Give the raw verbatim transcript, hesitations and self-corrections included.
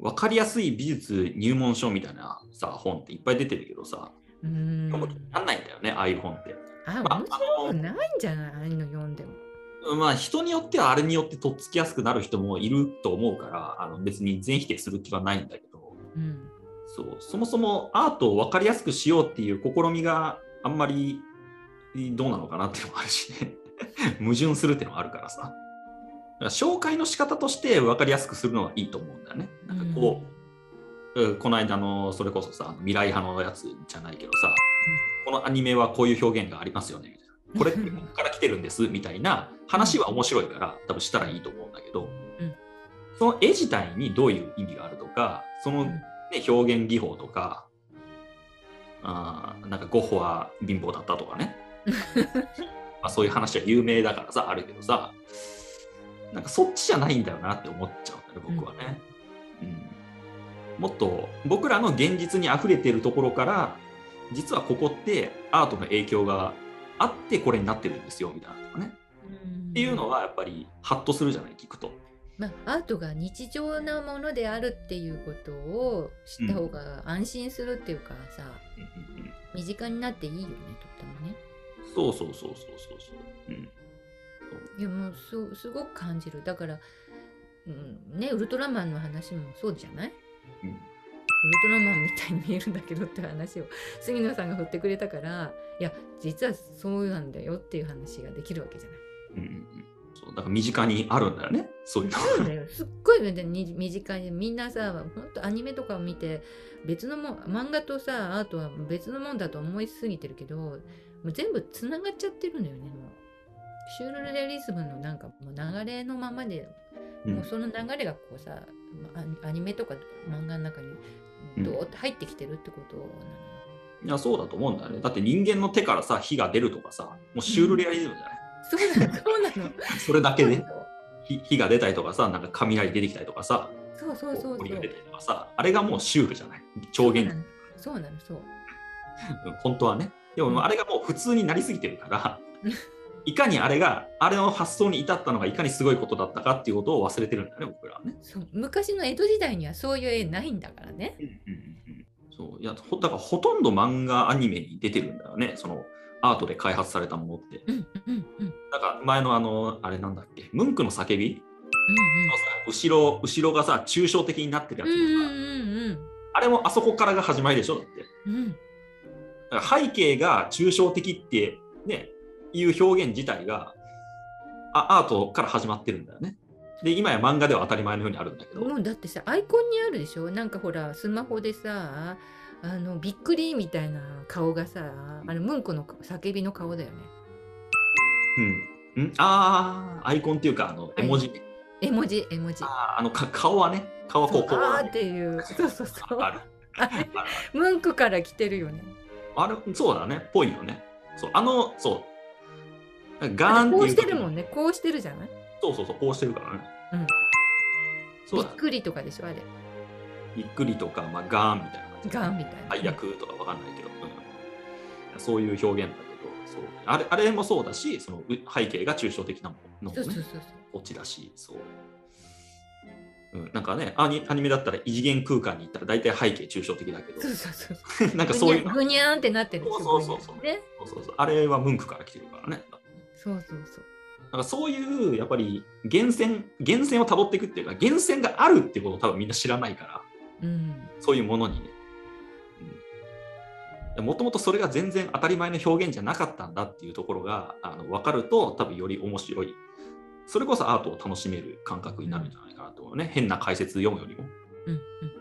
分かりやすい美術入門書みたいなさ本っていっぱい出てるけどさ、 うーん。 読む気になんないんだよね、ああいう本って。 あ、 まあ、 面白くないんじゃないああいうの読んでも。 あのまあ人によってはあれによってとっつきやすくなる人もいると思うから、あの別に全否定する気はないんだけど、 うん。 そう、そもそもアートを分かりやすくしようっていう試みがあんまりどうなのかなっていうのもあるしね矛盾するっていうのがあるからさ、だから紹介の仕方として分かりやすくするのはいいと思うんだよね。なんかこう、うん、この間のそれこそさ未来派のやつじゃないけどさ、このアニメはこういう表現がありますよねみたいな、これってここから来てるんですみたいな話は面白いから多分したらいいと思うんだけど、 うん、 その絵自体にどういう意味があるとか、その、ね、表現技法とか、あなんかゴッホは貧乏だったとかねまあそういう話は有名だからさあるけどさ、なんかそっちじゃないんだよなって思っちゃうんだよね僕はね、うんうん、もっと僕らの現実にあふれているところから実はここってアートの影響があってこれになってるんですよみたいなとかね、うん、っていうのはやっぱりハッとするじゃない聞くと。 まあ、アートが日常なものであるっていうことを知った方が安心するっていうかさ、うん、身近になっていいよねとってもね。 そうそうそうそうそうそう、うん、 いやもう す, すごく感じる。だから、うん、ねウルトラマンの話もそうじゃない、うん、ウルトラマンみたいに見えるんだけどって話を杉野さんが振ってくれたから、いや実はそうなんだよっていう話ができるわけじゃない。 うんうん、そうだから身近にあるんだよねそういうの。 そうだよ、すっごい身近にみんなさ、本当アニメとかを見て別のも漫画とさアートは別のもんだと思いすぎてるけど、もう全部つながっちゃってるんだよね。もうシュールレアリズムのなんかもう流れのままで、うん、もうその流れがこうさアニメとか漫画の中にどーっと入ってきてるってことなのよ。 いやそうだと思うんだよね。だって人間の手からさ火が出るとかさ、もうシュールレアリズムじゃない、 うん、そうなのそうなのそれだけで火が出たりとかさ、なんか雷出てきたりとかさ、 そうそうそうそう、 氷が出たりとかさ、あれがもうシュールじゃない、超現実。 そうなのそう本当はね。でもあれがもう普通になりすぎてるからいかにあれがあれの発想に至ったのがいかにすごいことだったかっていうことを忘れてるんだね僕らはね。 そう昔の江戸時代にはそういう絵ないんだからね。うんうんうん、そういやだからほとんど漫画アニメに出てるんだよね、そのアートで開発されたものって。うんうんうん、だから前のあのあれなんだっけ、ムンクの叫び、うんうん、後ろ後ろがさ抽象的になってるやつもさ、うんうんうん、あれもあそこからが始まりでしょだって、うん、だから背景が抽象的ってねいう表現自体がアートから始まってるんだよね。で今や漫画では当たり前のようにあるんだけど、 もうだってさアイコンにあるでしょ、なんかほらスマホでさあのびっくりみたいな顔がさ、あれムンクの叫びの顔だよね。 うん、んああアイコンっていうかあの絵文字、はい、 絵文字絵文字、 ああのか顔はね顔はこうこうあーっていうそうそうそうあるあれムンクから来てるよね。 あれそうだねぽいよね。そうあのそうガーンってこうしてるもんね、こうしてるじゃない。 そうそうそうこうしてるからね。うん。 そうびっくりとかでしょあれ。 びっくりとか、まあ、ガーンみたいな感じ。 ガーンみたいな。 最悪とかわかんないけど、うん、そういう表現だけど、そうあれあれもそうだし、その背景が抽象的なものもね、落ちだし、そう。うん、なんかねアニ、アニメだったら異次元空間に行ったら大体背景抽象的だけど、そうそうそうなんかそういうぐにゃーんってなってるんですよ。そうそうそうそう、ね、そうそうそう、あれはムンクから来てるからね。 そうそうそう。 なんかそういうやっぱり源泉源泉をたどっていくっていうか、源泉があるっていうことを多分みんな知らないから、うん、そういうものにね、もともとそれが全然当たり前の表現じゃなかったんだっていうところがあの分かると多分より面白い、それこそアートを楽しめる感覚になるんじゃないかなと思うね、うん、変な解説読むよりも。うんうん